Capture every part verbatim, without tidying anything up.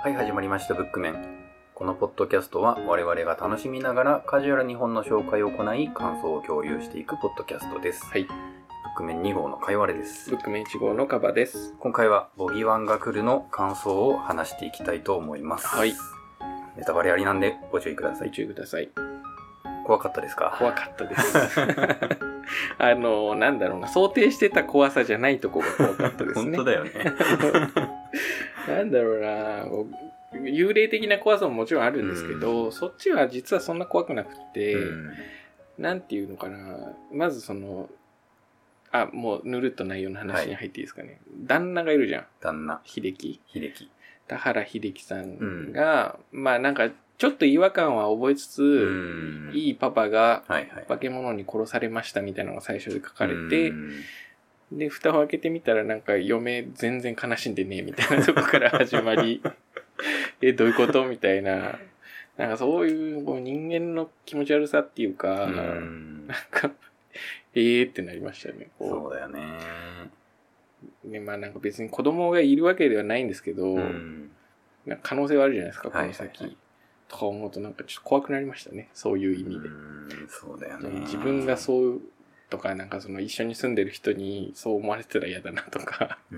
はい、始まりましたブックメン。このポッドキャストは我々が楽しみながらカジュアルに本の紹介を行い感想を共有していくポッドキャストです。 はい。 ブックメンに号のかいわれです。 ブックメンいち号のカバです。 今回はボギワンが来るの感想を話していきたいと思います。 はい。 ネタバレありなんでご注意ください。 ご注意ください。 怖かったですか？ 怖かったです。あの、なんだろうな、想定してた怖さじゃないとこが怖かったですね。 本当だよね。 なんだろうな、幽霊的な怖さももちろんあるんですけど、 うん、 そっちは実はそんな怖くなくて、 うん、 なんていうのかな、まずその、あ、もうぬるっと内容の話に入っていいですかね。はい、旦那がいるじゃん。 旦那。 秀樹。 秀樹。 田原秀樹さんが、うん、まあなんかちょっと違和感は覚えつつ、うん、いいパパが化け物に殺されましたみたいなのが最初で書かれて、うん、で、蓋を開けてみたらなんか嫁全然悲しんでねえみたいなとこから始まり、え、どういうことみたいな、なんかそういうこう人間の気持ち悪さっていうか、うん、なんか、えーってなりましたね。 こうそうだよね。 ね、まあなんか別に子供がいるわけではないんですけど、うん、なんか可能性はあるじゃないですか、この先。はいはいはい、とか思うとなんかちょっと怖くなりましたね、そういう意味で。 うん、そうだよね。 自分がそうとか、なんかその一緒に住んでる人にそう思われてたら嫌だなとか、うん、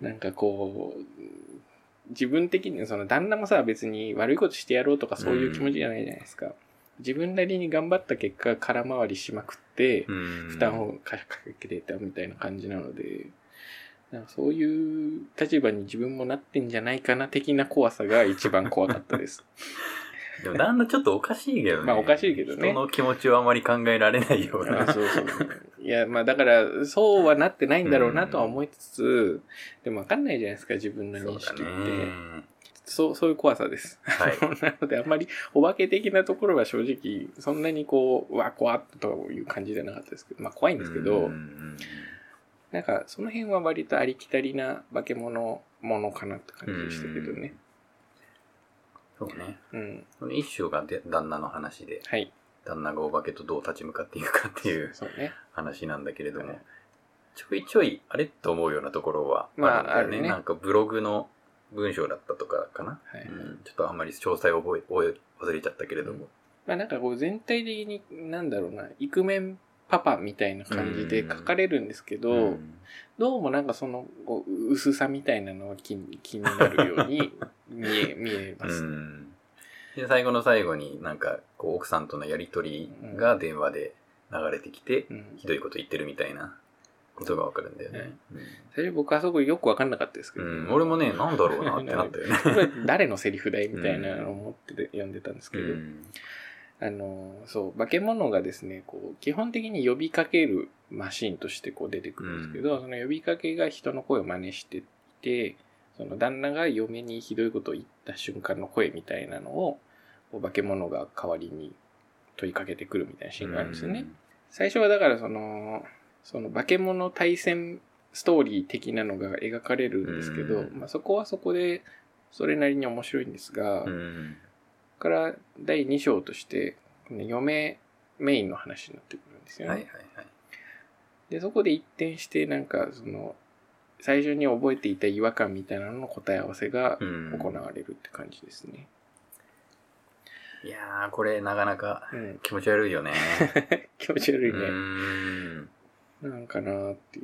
なんかこう、自分的にその旦那もさ、別に悪いことしてやろうとかそういう気持ちじゃないじゃないですか。うん、自分なりに頑張った結果空回りしまくって、うん、負担をかけてたみたいな感じなので、なんかそういう立場に自分もなってんじゃないかな的な怖さが一番怖かったです。 でも旦那ちょっとおかしいけどね。 まあおかしいけどね。 人の気持ちはあまり考えられないような。 あ、そうそう。いや、まあだからそうはなってないんだろうなとは思いつつ、うん、でもわかんないじゃないですか、自分の認識って。そう、そういう怖さです。はい。なのであんまりお化け的なところは正直そんなにこう、うわ、怖っという感じじゃなかったですけど、まあ怖いんですけど、うんなんかその辺は割とありきたりな化け物ものかなって感じでしたけどね。 そうね。うん。この一章がで旦那の話で、はい、旦那がお化けとどう立ち向かっていくかっていう話なんだけれども、ね、ちょいちょいあれと思うようなところはあるんだよね。まあ、あるね。なんかブログの文章だったとかかな。はい、うん、ちょっとあんまり詳細を覚え忘れちゃったけれども。うん、 まあなんかこう全体的になんだろうな、イクメンパパみたいな感じで書かれるんですけど、うん、どうもなんかその薄さみたいなのは 気, 気になるように見え見えます、ね。うんで最後の最後になんかこう奥さんとのやりとりが電話で流れてきて、うん、ひどいこと言ってるみたいなことがわかるんだよね。うん、 最初僕あそこよくわかんなかったですけど、ね、 うん、俺もねなんだろうなってなったよね。 これ誰のセリフだいみたいなのを思って読んでたんですけど。うんあの、そう、化け物がですね、こう、基本的に呼びかけるマシンとしてこう出てくるんですけど、うん、その呼びかけが人の声を真似していて、その旦那が嫁にひどいことを言った瞬間の声みたいなのを、こう化け物が代わりに問いかけてくるみたいなシーンがあるんですよね。うん、最初はだからその、その化け物対戦ストーリー的なのが描かれるんですけど、うん、まあそこはそこでそれなりに面白いんですが、うんからだいに章として嫁メインの話になってくるんですよね。はいはいはい、でそこで一転してなんかその最初に覚えていた違和感みたいなのの答え合わせが行われるって感じですね。 うん、いやーこれなかなか気持ち悪いよね。 うん、気持ち悪いね。うんなんかなーっていう。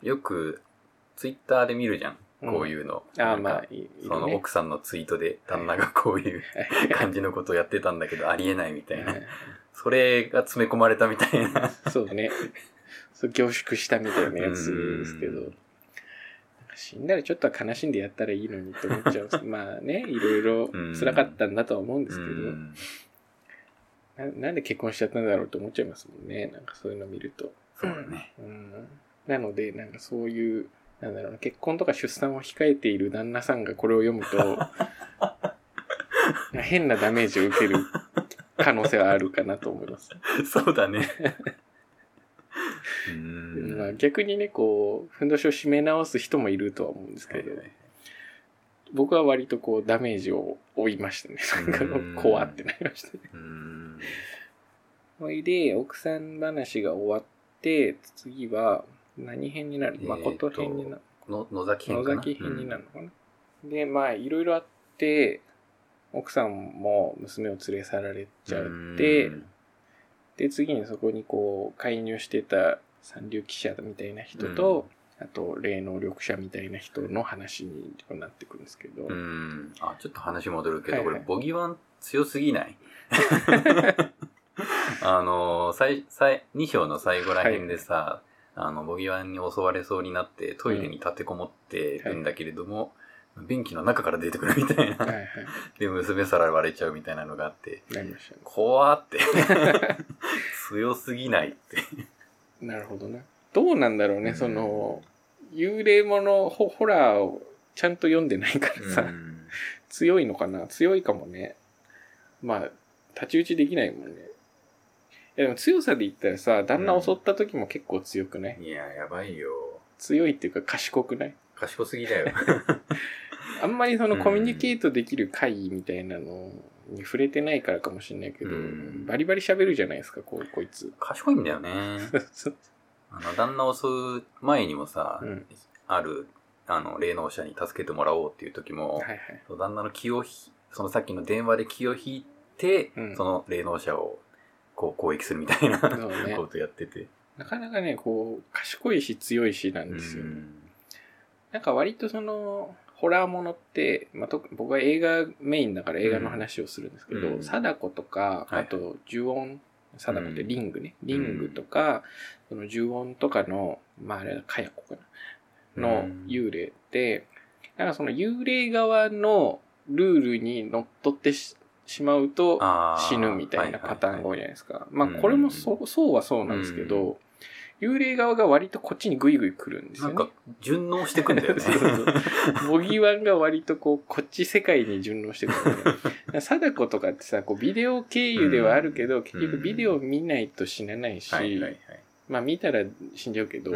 よくツイッターで見るじゃん。こういうの。 うん、あまあいい、ね、 その奥さんのツイートで旦那がこういう感じのことをやってたんだけどありえないみたいな。それが詰め込まれたみたいな。 そうね。そう凝縮したみたいなやつですけど。死んだらちょっとは悲しんでやったらいいのにと思っちゃう。まあね、いろいろ辛かったんだとは思うんですけど。な, なんで結婚しちゃったんだろうと思っちゃいますもんね。なんかそういうの見ると。 そうだね。 うん、なので、なんかそういう、なんだろうな、結婚とか出産を控えている旦那さんがこれを読むと変なダメージを受ける可能性はあるかなと思います。 そうだね。 うーんまあ、逆にねこうふんどしを締め直す人もいるとは思うんですけど、はいはい、僕は割とこうダメージを負いましたね。なんか怖ってなりましたね。うーんそれで奥さん話が終わって次は何編になる、えー、誠編になるの野崎編かな野崎編になるのかな、うん、でまあいろいろあって、奥さんも娘を連れ去られちゃって、で、次にそこにこう、介入してた三流記者みたいな人と、あと、霊能力者みたいな人の話になってくるんですけど。 うん。あ、ちょっと話戻るけど、はいはい、これ、ボギワン強すぎないあの、最、最、に章の最後ら辺でさ、はい、あの、ボギワンに襲われそうになってトイレに立てこもってるんだけれども、うんはい、便器の中から出てくるみたいな。はいはい、で、娘さらわれちゃうみたいなのがあって、 なりましたね、 怖って。強すぎないって。 なるほどね。どうなんだろうね、うん、その、幽霊もの、ホ、ホラーをちゃんと読んでないからさ、うん、強いのかな強いかもね。まあ、太刀打ちできないもんね。いやでも強さで言ったらさ、旦那襲った時も結構強くない、 うん、いや、やばいよ。 強いっていうか賢くない？ 賢すぎだよ。 あんまりそのコミュニケートできる会議みたいなのに触れてないからかもしれないけど、うん、バリバリ喋るじゃないですか、こう、こいつ。 賢いんだよね。あの、旦那を襲う前にもさ、うん、ある、あの、霊能者に助けてもらおうっていう時も、はいはい、旦那の気をひ、そのさっきの電話で気を引いて、うん、その霊能者をこう攻撃するみたいな、ね、ことやってて。 なかなかね、こう、賢いし強いしなんですよ。うん、なんか割とその、ホラーものって、まあ、と僕は映画メインだから映画の話をするんですけど、うん、貞子とか、あと呪音、貞子ってリングね、うん、リングとか、その呪音とかの、まああれはかやこかな、の幽霊って、なんかその幽霊側のルールにのっとってしまうと死ぬみたいなパターンが多いじゃないですか。まあこれもそ、そうはそうなんですけど、幽霊側が割とこっちにグイグイ来るんですよね。 なんか順応してくんだよね。そうそうそうボギワンが割とこう、こっち世界に順応してくるんだよね。貞子とかってさ、こうビデオ経由ではあるけど、うん、結局ビデオ見ないと死なないし、はいはいはい、まあ見たら死んじゃうけど、うん、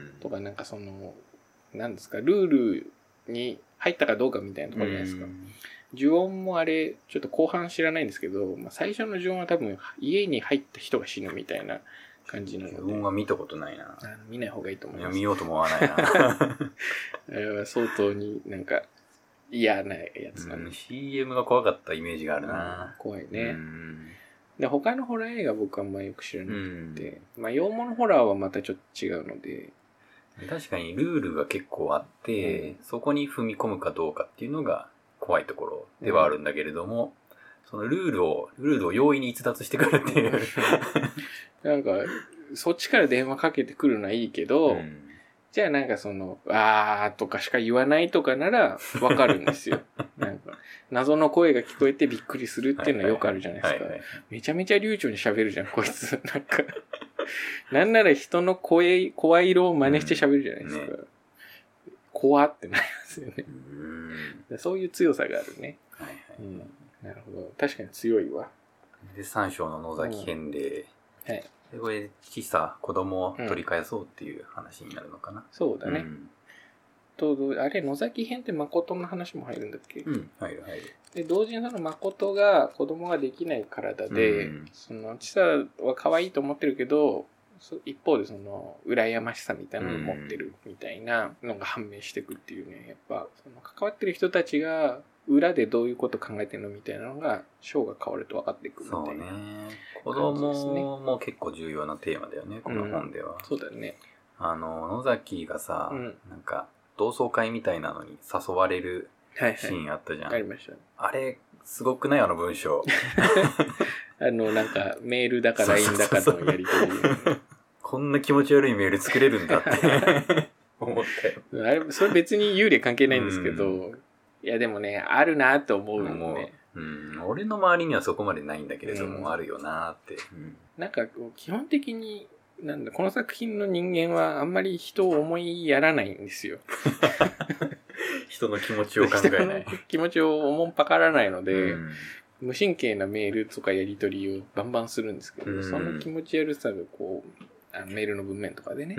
とかなんかその、なんですか、ルールに入ったかどうかみたいなところじゃないですか。うん、呪音もあれ、ちょっと後半知らないんですけど、まあ、最初の呪音は多分家に入った人が死ぬみたいな感じなので。 呪音は見たことないな。 見ない方がいいと思います。 いや、見ようと思わないな。 あれは相当になんか嫌なやつなんで、 うん、シーエム が怖かったイメージがあるな。 怖いね。で他のホラー映画僕はあんまりよく知らなくて、まあ洋物ホラーはまたちょっと違うので。 確かにルールが結構あって、うん、そこに踏み込むかどうかっていうのが怖いところではあるんだけれども、うん、そのルールを、ルールを容易に逸脱してくるっていう。 なんか、そっちから電話かけてくるのはいいけど、うん、じゃあなんかその、あーとかしか言わないとかならわかるんですよ。なんか、謎の声が聞こえてびっくりするっていうのはよくあるじゃないですか。めちゃめちゃ流暢に喋るじゃん、こいつ。なんか、なんなら人の声、声色を真似して喋るじゃないですか。うんね、怖ってなりますよね。うん、そういう強さがあるね。はいはいうん。なるほど。確かに強いわ。 で、三章の野崎編で、 うん、はい。 で、これ、小さ、子供を取り返そうっていう話になるのかな。うん、 そうだね。うん、と、あれ、野崎編って誠の話も入るんだっけ？ うん、入る入る。 で、同時にその誠が子供ができない体で、うん、その、小さは可愛いと思ってるけど、一方でその、羨ましさみたいなのを持ってるみたいなのが判明していくっていうね、やっぱ、その関わってる人たちが、裏でどういうこと考えてるのみたいなのが、章が変わると分かっていくみたいな。 そうね。子供も結構重要なテーマだよね、この本では。 うん、そうだね。 あの、野崎がさ、うん、なんか、同窓会みたいなのに誘われるシーンあったじゃん。 はいはい、ありました。 あれ、すごくないあの文章。 あの、なんか、メールだか ライン だかのやりとり。 こんな気持ち悪いメール作れるんだって思ったよ。 あれ、それ別に幽霊関係ないんですけど、うんいやでもね、あるなと思うよね。 うん、俺の周りにはそこまでないんだけれども、うん、あるよなって、うん。 なんかこう基本的に、なんだ、この作品の人間はあんまり人を思いやらないんですよ。 人の気持ちを考えない。人の気持ちをおもんぱからないので、うん、無神経なメールとかやり取りをバンバンするんですけど、うん、その気持ち悪さがこう、あのメールの文面とかでね、うん、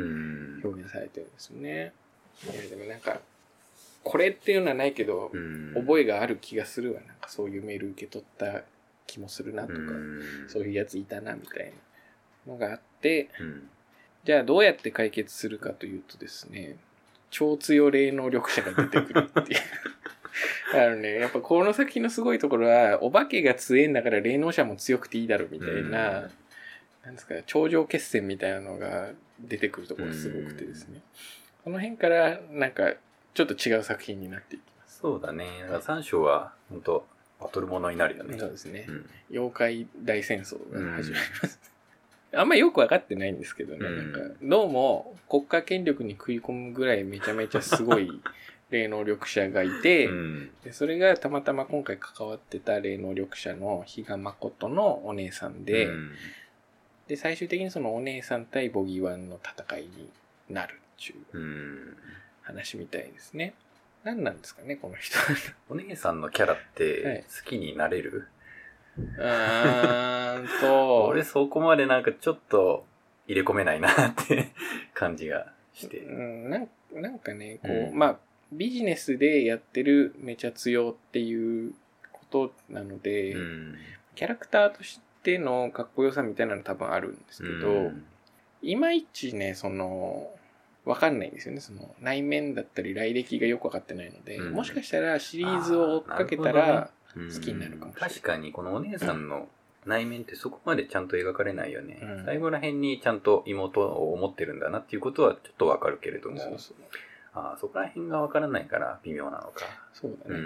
表現されてるんですよね。いやでもなんか、これっていうのはないけど、うん、覚えがある気がするわ。なんかそういうメール受け取った気もするなとか、うん、そういうやついたなみたいなのがあって、うん、じゃあどうやって解決するかというとですね、超強霊能力者が出てくるっていう。 あのね、やっぱこの作品のすごいところは、お化けが強いんだから霊能者も強くていいだろうみたいな、うん、なんですか、頂上決戦みたいなのが出てくるところがすごくてですね。この辺からなんかちょっと違う作品になっていきます。 そうだね。だからさん章は本当バトルものになるよね。 そうですね。うん、妖怪大戦争が始まります。うん、あんまりよくわかってないんですけどね。うん、なんかどうも国家権力に食い込むぐらいめちゃめちゃすごい霊能力者がいて、うん、でそれがたまたま今回関わってた霊能力者の比嘉誠のお姉さんで、うん、で最終的にそのお姉さん対ボギーワンの戦いになるっていう話みたいですね。何なんですかねこの人。 お姉さんのキャラって好きになれる？ はい、うーんと俺そこまでなんかちょっと入れ込めないなって感じがして、 うん、なんなんかねこう、うん、まあビジネスでやってるめちゃ強っていうことなので、うん、キャラクターとしてのかっこよさみたいなの多分あるんですけど、うん、いまいちねそのわかんないんですよね。その内面だったり来歴がよくわかってないので、うん、もしかしたらシリーズを追っかけたら好きになるかもしれない。 確かにこのお姉さんの内面ってそこまでちゃんと描かれないよね。うん、最後ら辺にちゃんと妹を思ってるんだなっていうことはちょっとわかるけれども、そうそうあそこら辺がわからないから微妙なのか。 そうだね。うん、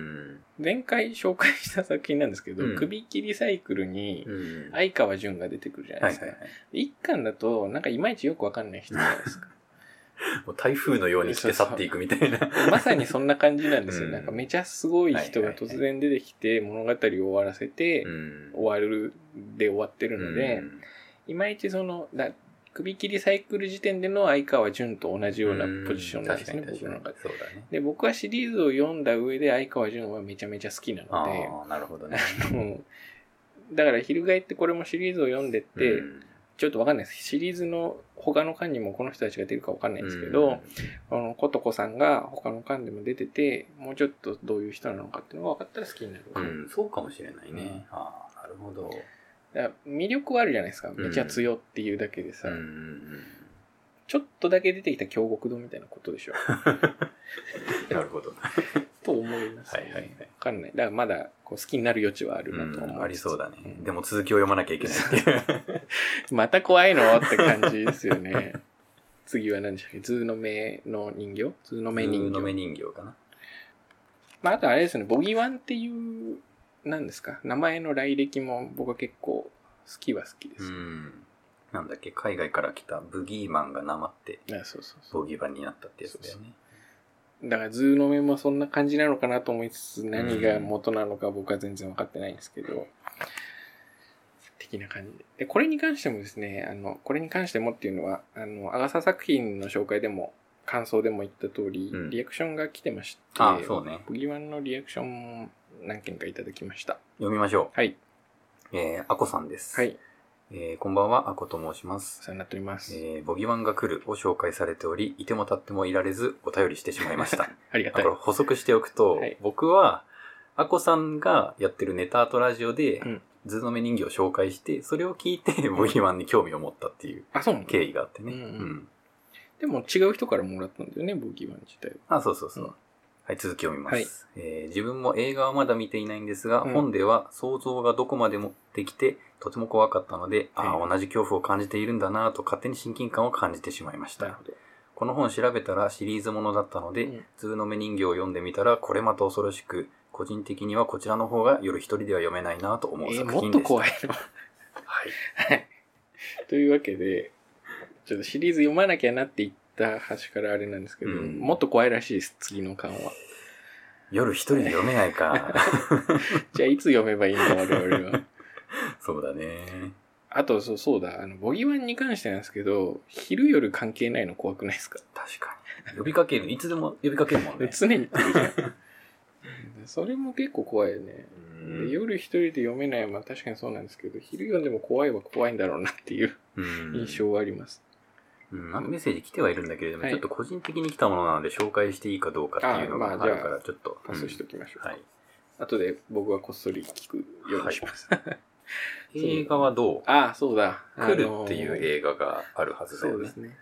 前回紹介した作品なんですけど、うん、首切りサイクルに相川潤が出てくるじゃないですか。はいはいはい、一巻だとなんかいまいちよくわかんない人じゃないですか。 もう台風のように来て去っていくみたいな。 そうそうまさにそんな感じなんですよ。うん、なんかめちゃすごい人が突然出てきて物語を終わらせて、終わるで終わってるので、うん、いまいちそのだ首切りサイクル時点での相川潤と同じようなポジションなんですね、僕の中で。そうだね。で、僕はシリーズを読んだ上で相川潤はめちゃめちゃ好きなので、 ああ、なるほどね。 だから翻ってこれもシリーズを読んでって、うん、ちょっとわかんないです。シリーズの他の巻にもこの人たちが出るかわかんないんですけど、うん、このことこさんが他の巻でも出てて、もうちょっとどういう人なのかっていうのが分かったら好きになる。 うん、そうかもしれないね。うん、ああ、なるほど。 だから魅力はあるじゃないですか。めちゃ強っていうだけでさ、うん、ちょっとだけ出てきた京極堂みたいなことでしょ。 なるほど。 と思います、ね。はいはいはい。わかんない。だからまだこう好きになる余地はあるなと思う、 うん。ありそうだね、うん。でも続きを読まなきゃいけないっていう。 また怖いのって感じですよね。次は何でしたっけ？ズーの目の人形？ズーの目人形。 ズーの目人形かな。 まああとあれですね、ボギワンっていう、何ですか？名前の来歴も僕は結構好きは好きです。 うん。なんだっけ、海外から来たブギーマンがなまって、あ、そうそうそう、ボギーバンになったってやつだよね。そうそうだからズーの目もそんな感じなのかなと思いつつ、何が元なのか僕は全然分かってないんですけど、うん、的な感じで。で、これに関してもですね、あの、これに関してもっていうのは、あの、アガサ作品の紹介でも、感想でも言った通り、うん、リアクションが来てまして、 あ、そうね。 ボギワンのリアクションも何件かいただきました。 読みましょう。はい。 えー、アコさんです。 はい。 えー、こんばんは、アコと申します。 お世話になっております。 えー、ボギワンが来るを紹介されており、いても立ってもいられず、お便りしてしまいました。 ありがたい。 これ補足しておくと、はい、僕は、アコさんがやってるネタアートラジオで、うん、ズーの目人形を紹介して、それを聞いて、ボギワンに興味を持ったっていう経緯があってね。うんうん、 でも違う人からもらったんだよね、ボギワン自体は。あ、そうそうそう。うん、はい、続きを見ます、はい。えー。自分も映画はまだ見ていないんですが、うん、本では想像がどこまでもできて、とても怖かったので、ああ、同じ恐怖を感じているんだなぁと勝手に親近感を感じてしまいました。なるほど。この本調べたらシリーズものだったので、うん、ズーの目人形を読んでみたら、これまた恐ろしく、個人的にはこちらの方が夜一人では読めないなぁと思う作品でした。えー、もっと怖いの。はい。 はい。というわけで、ちょっとシリーズ読まなきゃなって言った端からあれなんですけど、うん、もっと怖いらしいです、次の巻は。 夜一人で読めないか。 じゃあいつ読めばいいんだ、我々は。 そうだね。 あと、そう、そうだ、あの、ボギワンに関してなんですけど、昼夜関係ないの怖くないですか？ 確かに。呼びかける、いつでも呼びかけるもんね。 常に来るじゃん。それも結構怖いよね。で夜一人で読めない、まあ確かにそうなんですけど、昼読んでも怖いは怖いんだろうなっていう印象はあります。 うん、なんかメッセージ来てはいるんだけれども、はい、ちょっと個人的に来たものなので紹介していいかどうかっていうのがあるから、ちょっと。 パスしときましょう。 はい。 後で僕はこっそり聞くようにします。はい、 映画はどう？ ああ、そうだ。 来るっていう映画があるはずだよね。そうですね。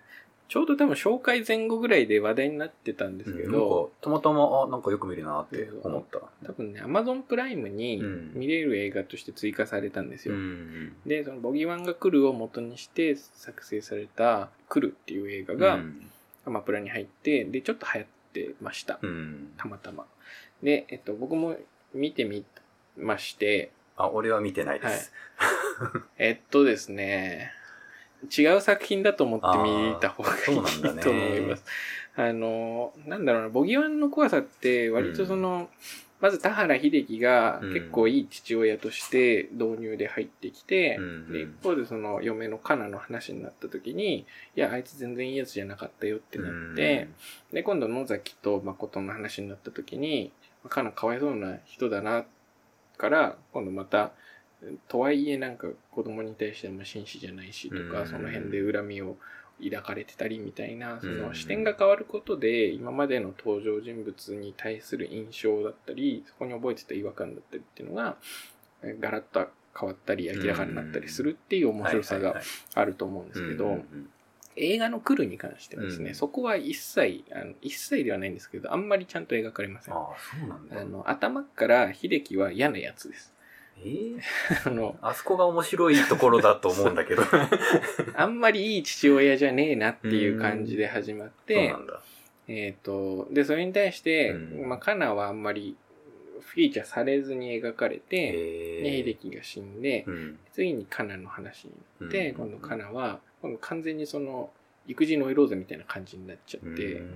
ちょうど多分紹介前後ぐらいで話題になってたんですけど、うん、なんかたまたまあなんかよく見るなって思った。 多分ね Amazon プライムに見れる映画として追加されたんですよ。うん、でそのボギーワンが来るを元にして作成された来るっていう映画が、うん、アマプラに入ってでちょっと流行ってました。うん、たまたま。でえっと僕も見てみまして。 あ、俺は見てないです。 はい、えっとですね。違う作品だと思って見た方がいいと思います。あの、なんだろうな、ボギーワンの怖さって割とその、うん、まず田原秀樹が結構いい父親として導入で入ってきて、うん、で一方でその嫁のカナの話になった時に、いや、あいつ全然いいやつじゃなかったよってなって、うん、で、今度野崎と誠の話になった時に、カナかわいそうな人だな、から、今度また、とはいえなんか子供に対しても紳士じゃないしとか、その辺で恨みを抱かれてたりみたいな、その視点が変わることで今までの登場人物に対する印象だったり、そこに覚えてた違和感だったりっていうのがガラッと変わったり明らかになったりするっていう面白さがあると思うんですけど、映画の来るに関してはですね、そこは一切あの一切ではないんですけど、あんまりちゃんと描かれません。 ああ、そうなんだ。 あの頭から秀樹は嫌なやつです。 えー、あのあそこが面白いところだと思うんだけどあんまりいい父親じゃねえなっていう感じで始まって、 そうなんだ。 えっと、で、それに対して、まあ、カナはあんまりフィーチャーされずに描かれて、で、秀樹が死んで、うん、次にカナの話になって、うん、今度カナは、今度完全にその、育児ノイローゼみたいな感じになっちゃって、うん、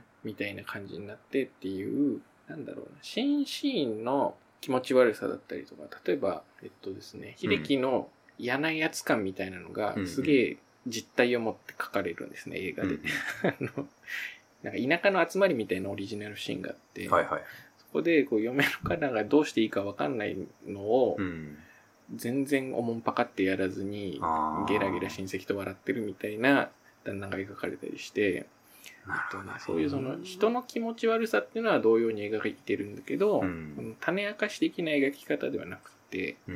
みたいな感じになってっていう、なんだろうな、新シーンの気持ち悪さだったりとか、例えば、えっとですね、秀樹の嫌なやつ感みたいなのが、すげえ実体を持って書かれるんですね、映画で。うん、あのなんか田舎の集まりみたいなオリジナルシーンがあって、はいはい、そこでこう嫁の方がどうしていいか分かんないのを、うん、全然おもんぱかってやらずに、ゲラゲラ親戚と笑ってるみたいな旦那が描かれたりして、とね、そういうその人の気持ち悪さっていうのは同様に描いてるんだけど、うん、種明かし的な描き方ではなくて、うん、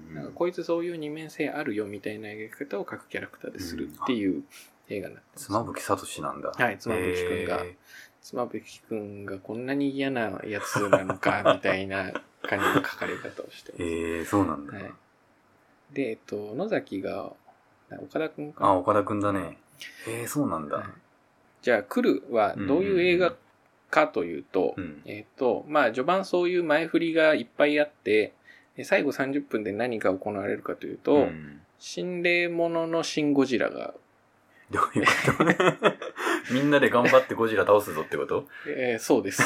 なんかこいつそういう二面性あるよみたいな描き方を各キャラクターでするっていう映画になってます。 妻夫木聡なんだ。 はい、妻夫木くんが。妻夫木くんがこんなに嫌なやつなのかみたいな感じの書かれ方をしてます。 へえー、そうなんだ。はい、 で、えっと、野崎が、岡田くんかな。 あ、岡田くんだね。へえー、そうなんだ。はい、 じゃあ、来るはどういう映画かというと、うんうんうん、えっと、まあ、序盤そういう前振りがいっぱいあって、最後さんじゅっぷんで何が行われるかというと、うん、心霊もののシン・ゴジラが。 どういうことみんなで頑張ってゴジラ倒すぞってこと？ えー、そうです。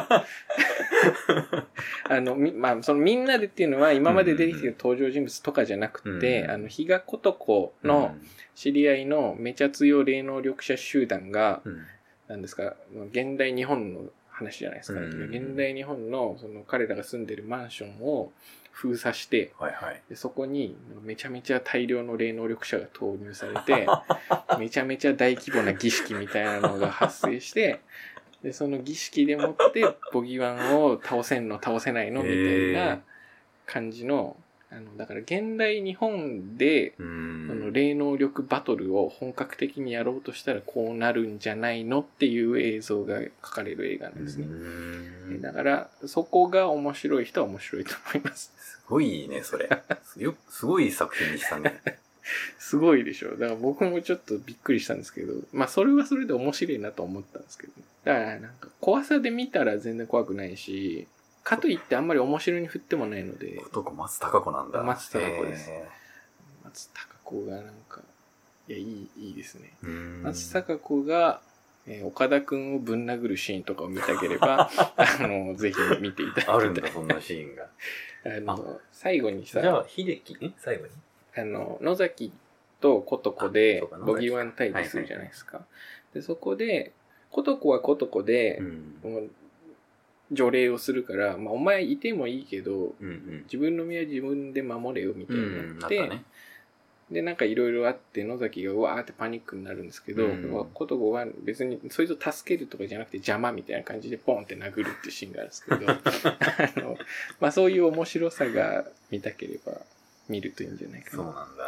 あの、み、まあ、そのみんなでっていうのは今まで出てきてる登場人物とかじゃなくて、うん、あの、比嘉琴子の知り合いのめちゃ強霊能力者集団が、うん、なんですか、現代日本の話じゃないですか、ね、うん、現代日本のその彼らが住んでるマンションを封鎖して、はいはい、でそこにめちゃめちゃ大量の霊能力者が投入されてめちゃめちゃ大規模な儀式みたいなのが発生してでその儀式でもってボギワンを倒せんの倒せないのみたいな感じのあのだから現代日本でその霊能力バトルを本格的にやろうとしたらこうなるんじゃないのっていう映像が描かれる映画なんですね。だからそこが面白い人は面白いと思います。 すごいねそれ。よすごい作品にしたね。 すごいでしょ。だから僕もちょっとびっくりしたんですけど、まあそれはそれで面白いなと思ったんですけど、だからなんか怖さで見たら全然怖くないし。かといってあんまり面白に振ってもないので。 男松たか子なんだ。 松たか子です。松たか子がなんか、いや、いい、いいですね。松たか子が、えー、岡田くんをぶん殴るシーンとかを見たければ、あの、ぜひ見ていただきたい。 あるんだ、そんなシーンが。 あの、最後にさ、 じゃあ、秀樹、ん最後にあの、野崎と琴子で、ボギーワン対峙するじゃないですか。はいはい、で、そこで、琴子は琴子で、うん、もう除霊をするから、まあ、お前いてもいいけど、うんうん、自分の身は自分で守れよみたいになって、うんね、で、なんかいろいろあって、野崎がうわーってパニックになるんですけど、琴子は別にそいつを助けるとかじゃなくて邪魔みたいな感じでポンって殴るっていうシーンがあるんですけど、あの、まあそういう面白さが見たければ見るといいんじゃないかな。 そうなんだ。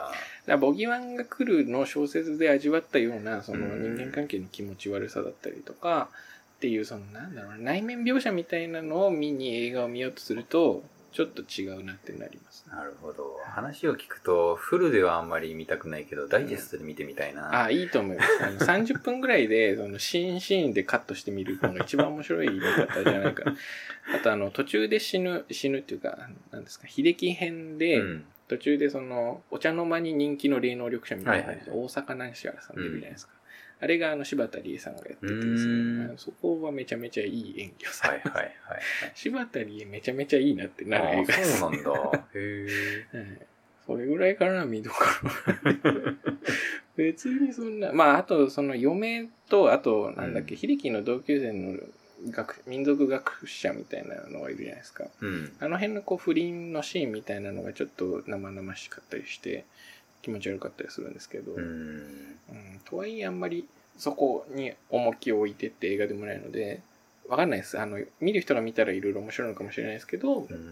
らボギワンが来るの小説で味わったような、その人間関係の気持ち悪さだったりとか、っていう、そのなんだろう、内面描写みたいなのを見に映画を見ようとすると、ちょっと違うなってなります、 ね。なるほど。話を聞くと、フルではあんまり見たくないけど、ダイジェストで見てみたいな。 うん、あ、いいと思います。あのさんじゅっぷんぐらいで、そのシーンシーンでカットしてみるのが一番面白い見方じゃないかな。あと、あの、途中で死ぬ、死ぬっていうか、なんですか、秀樹編で、うん、途中でその、お茶の間に人気の霊能力者みたいな感じで、はいはい、大阪南原さん出るじゃないですか。うんあれがあの柴田理恵さんがやっててですね、そこはめちゃめちゃいい演技をされて、はいはいはいはい、柴田理恵めちゃめちゃいいなってなる映画です。 そうなんだ。へー。それぐらいかな、見どころ。別にそんな、まああとその嫁と、あとなんだっけ、うん、秀樹の同級生の学民族学者みたいなのがいるじゃないですか。うん、あの辺のこう不倫のシーンみたいなのがちょっと生々しかったりして、気持ち悪かったりするんですけど、うん、うん、とはいえあんまりそこに重きを置いてって映画でもないので、わかんないです。あの、見る人が見たらいろいろ面白いのかもしれないですけど、うん、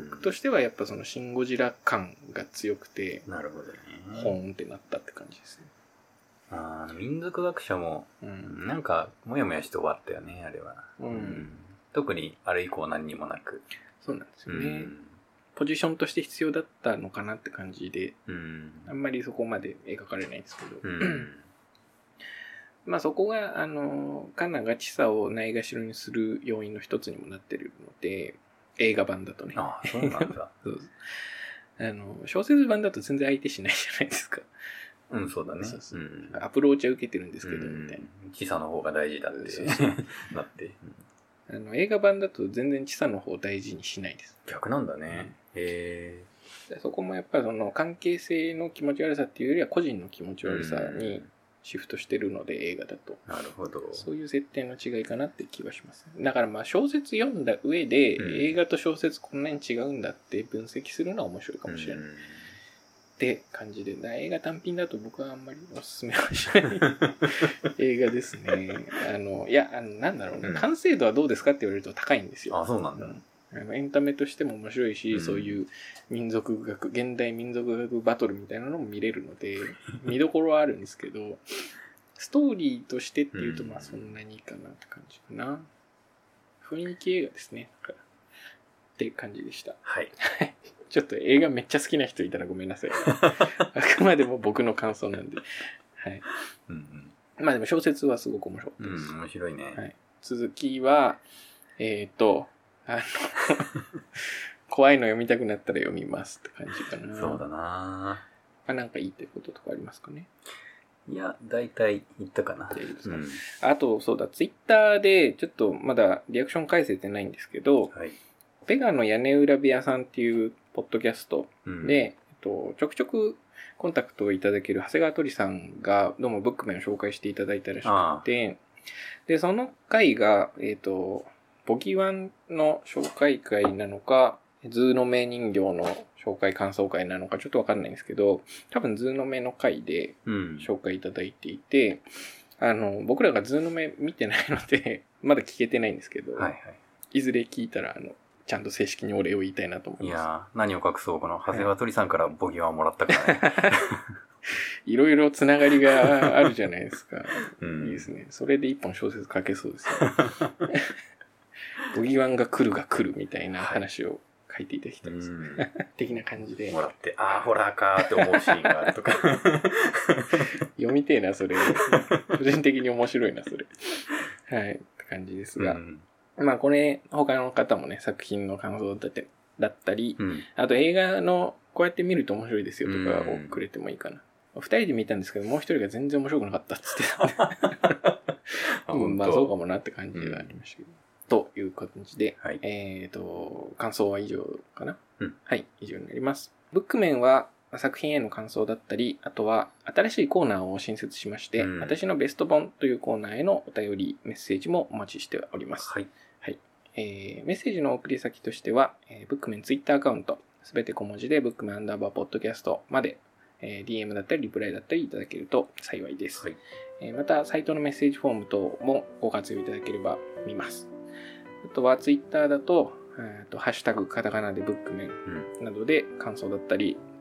僕としてはやっぱそのシン・ゴジラ感が強くて、 なるほどね。 ホーンってなったって感じですね。 ああ、民族学者も、うん、なんか、もやもやして終わったよね、あれは。うんうん、特にあれ以降何にもなく。 そうなんですよね。うんポジションとして必要だったのかなって感じで、うん、あんまりそこまで描かれないんですけど、うん、まあそこが、あの、カナが知佐をないがしろにする要因の一つにもなってるので、映画版だとね。 ああ、そうなんだ。 そうあの、小説版だと全然相手しないじゃないですか。 うん、そうだね。そうそううん、 アプローチは受けてるんですけど、みたいな。 知佐の方が大事だってそうそうなって。 あの映画版だと全然知佐の方を大事にしないです。 逆なんだね。うん、へえ。そこもやっぱりその関係性の気持ち悪さっていうよりは個人の気持ち悪さにシフトしてるので映画だと。 なるほど。 そういう設定の違いかなって気はします。だからまあ小説読んだ上で、うん、映画と小説こんなに違うんだって分析するのは面白いかもしれない。うんって感じで、映画単品だと僕はあんまりおすすめはしない映画ですね。あの、いや、あのなんだろうね、うん、完成度はどうですかって言われると高いんですよ。 あ、そうなんだ。 うん、あのエンタメとしても面白いし、うん、そういう民族学、現代民族学バトルみたいなのも見れるので、見どころはあるんですけど、ストーリーとしてっていうと、まあそんなにいいかなって感じかな。雰囲気映画ですね。って感じでした。 はい。 ちょっと映画めっちゃ好きな人いたらごめんなさい。あくまでも僕の感想なんで。はい。うんうん、まあでも小説はすごく面白かったです。 うん、面白いね。 はい、続きは、えっ、ー、と、あの、怖いの読みたくなったら読みますって感じかな。 そうだなあ、なんか言いたいこととかありますかね。 いや、だいたい言ったかな。 うん、あと、そうだ、ツイッターでちょっとまだリアクション返せてないんですけど、はい、ペガの屋根裏部屋さんっていうポッドキャストで、うんえっと、ちょくちょくコンタクトをいただける長谷川鳥さんがどうもブックメンを紹介していただいたらしくて、で、その回が、えっと、ボギワンの紹介会なのか、ズーの目人形の紹介感想会なのかちょっとわかんないんですけど、多分ズーの目の回で紹介いただいていて、うん、あの、僕らがズーの目見てないので、まだ聞けてないんですけど、はいはい、いずれ聞いたら、あの、ちゃんと正式にお礼を言いたいなと思います。 いやー、何を隠そう、この長谷川鳥さんからボギワンをもらったからね。 いろいろつながりがあるじゃないですか。うん、いいですね。それで一本小説書けそうですよ、ね。ボギワンが来るが来るみたいな話を書いていただきたいです。はい、的な感じで。 もらって、あー、ホラーかーって思うシーンがあるとか。 読みてえな、それ。個人的に面白いな、それ。はい、って感じですが。うんまあこれ、他の方もね、作品の感想だったり、だったりうん、あと映画のこうやって見ると面白いですよとかをくれてもいいかな。二人で見たんですけど、もう一人が全然面白くなかったっつってた、うん。まあそうかもなって感じがありましたけど。うん、という感じで、はい、えっと、感想は以上かな、うん、はい、以上になります。ブックメンは作品への感想だったり、あとは新しいコーナーを新設しまして、うん、私のベスト本というコーナーへのお便り、メッセージもお待ちしております。はいはいえー、メッセージの送り先としては、えー、ブックメンツイッターアカウント、すべて小文字でブックメンアンダーバーポッドキャストまで、えー、ディーエム だったりリプライだったりいただけると幸いです。はいえー、また、サイトのメッセージフォーム等もご活用いただければ見ます。あとはツイッターだと、えー、とハッシュタグカタカナでブックメンなどで感想だったり、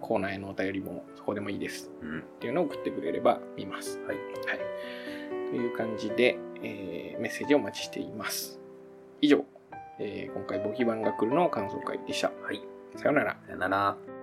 コーナーへのお便りもそこでもいいです、 うん、 っていうのを送ってくれれば見ます。 はい。 はい。という感じで、えー、メッセージをお待ちしています。以上、えー、今回簿記版が来るの感想会でした。 はい。 さよなら。 さよなら。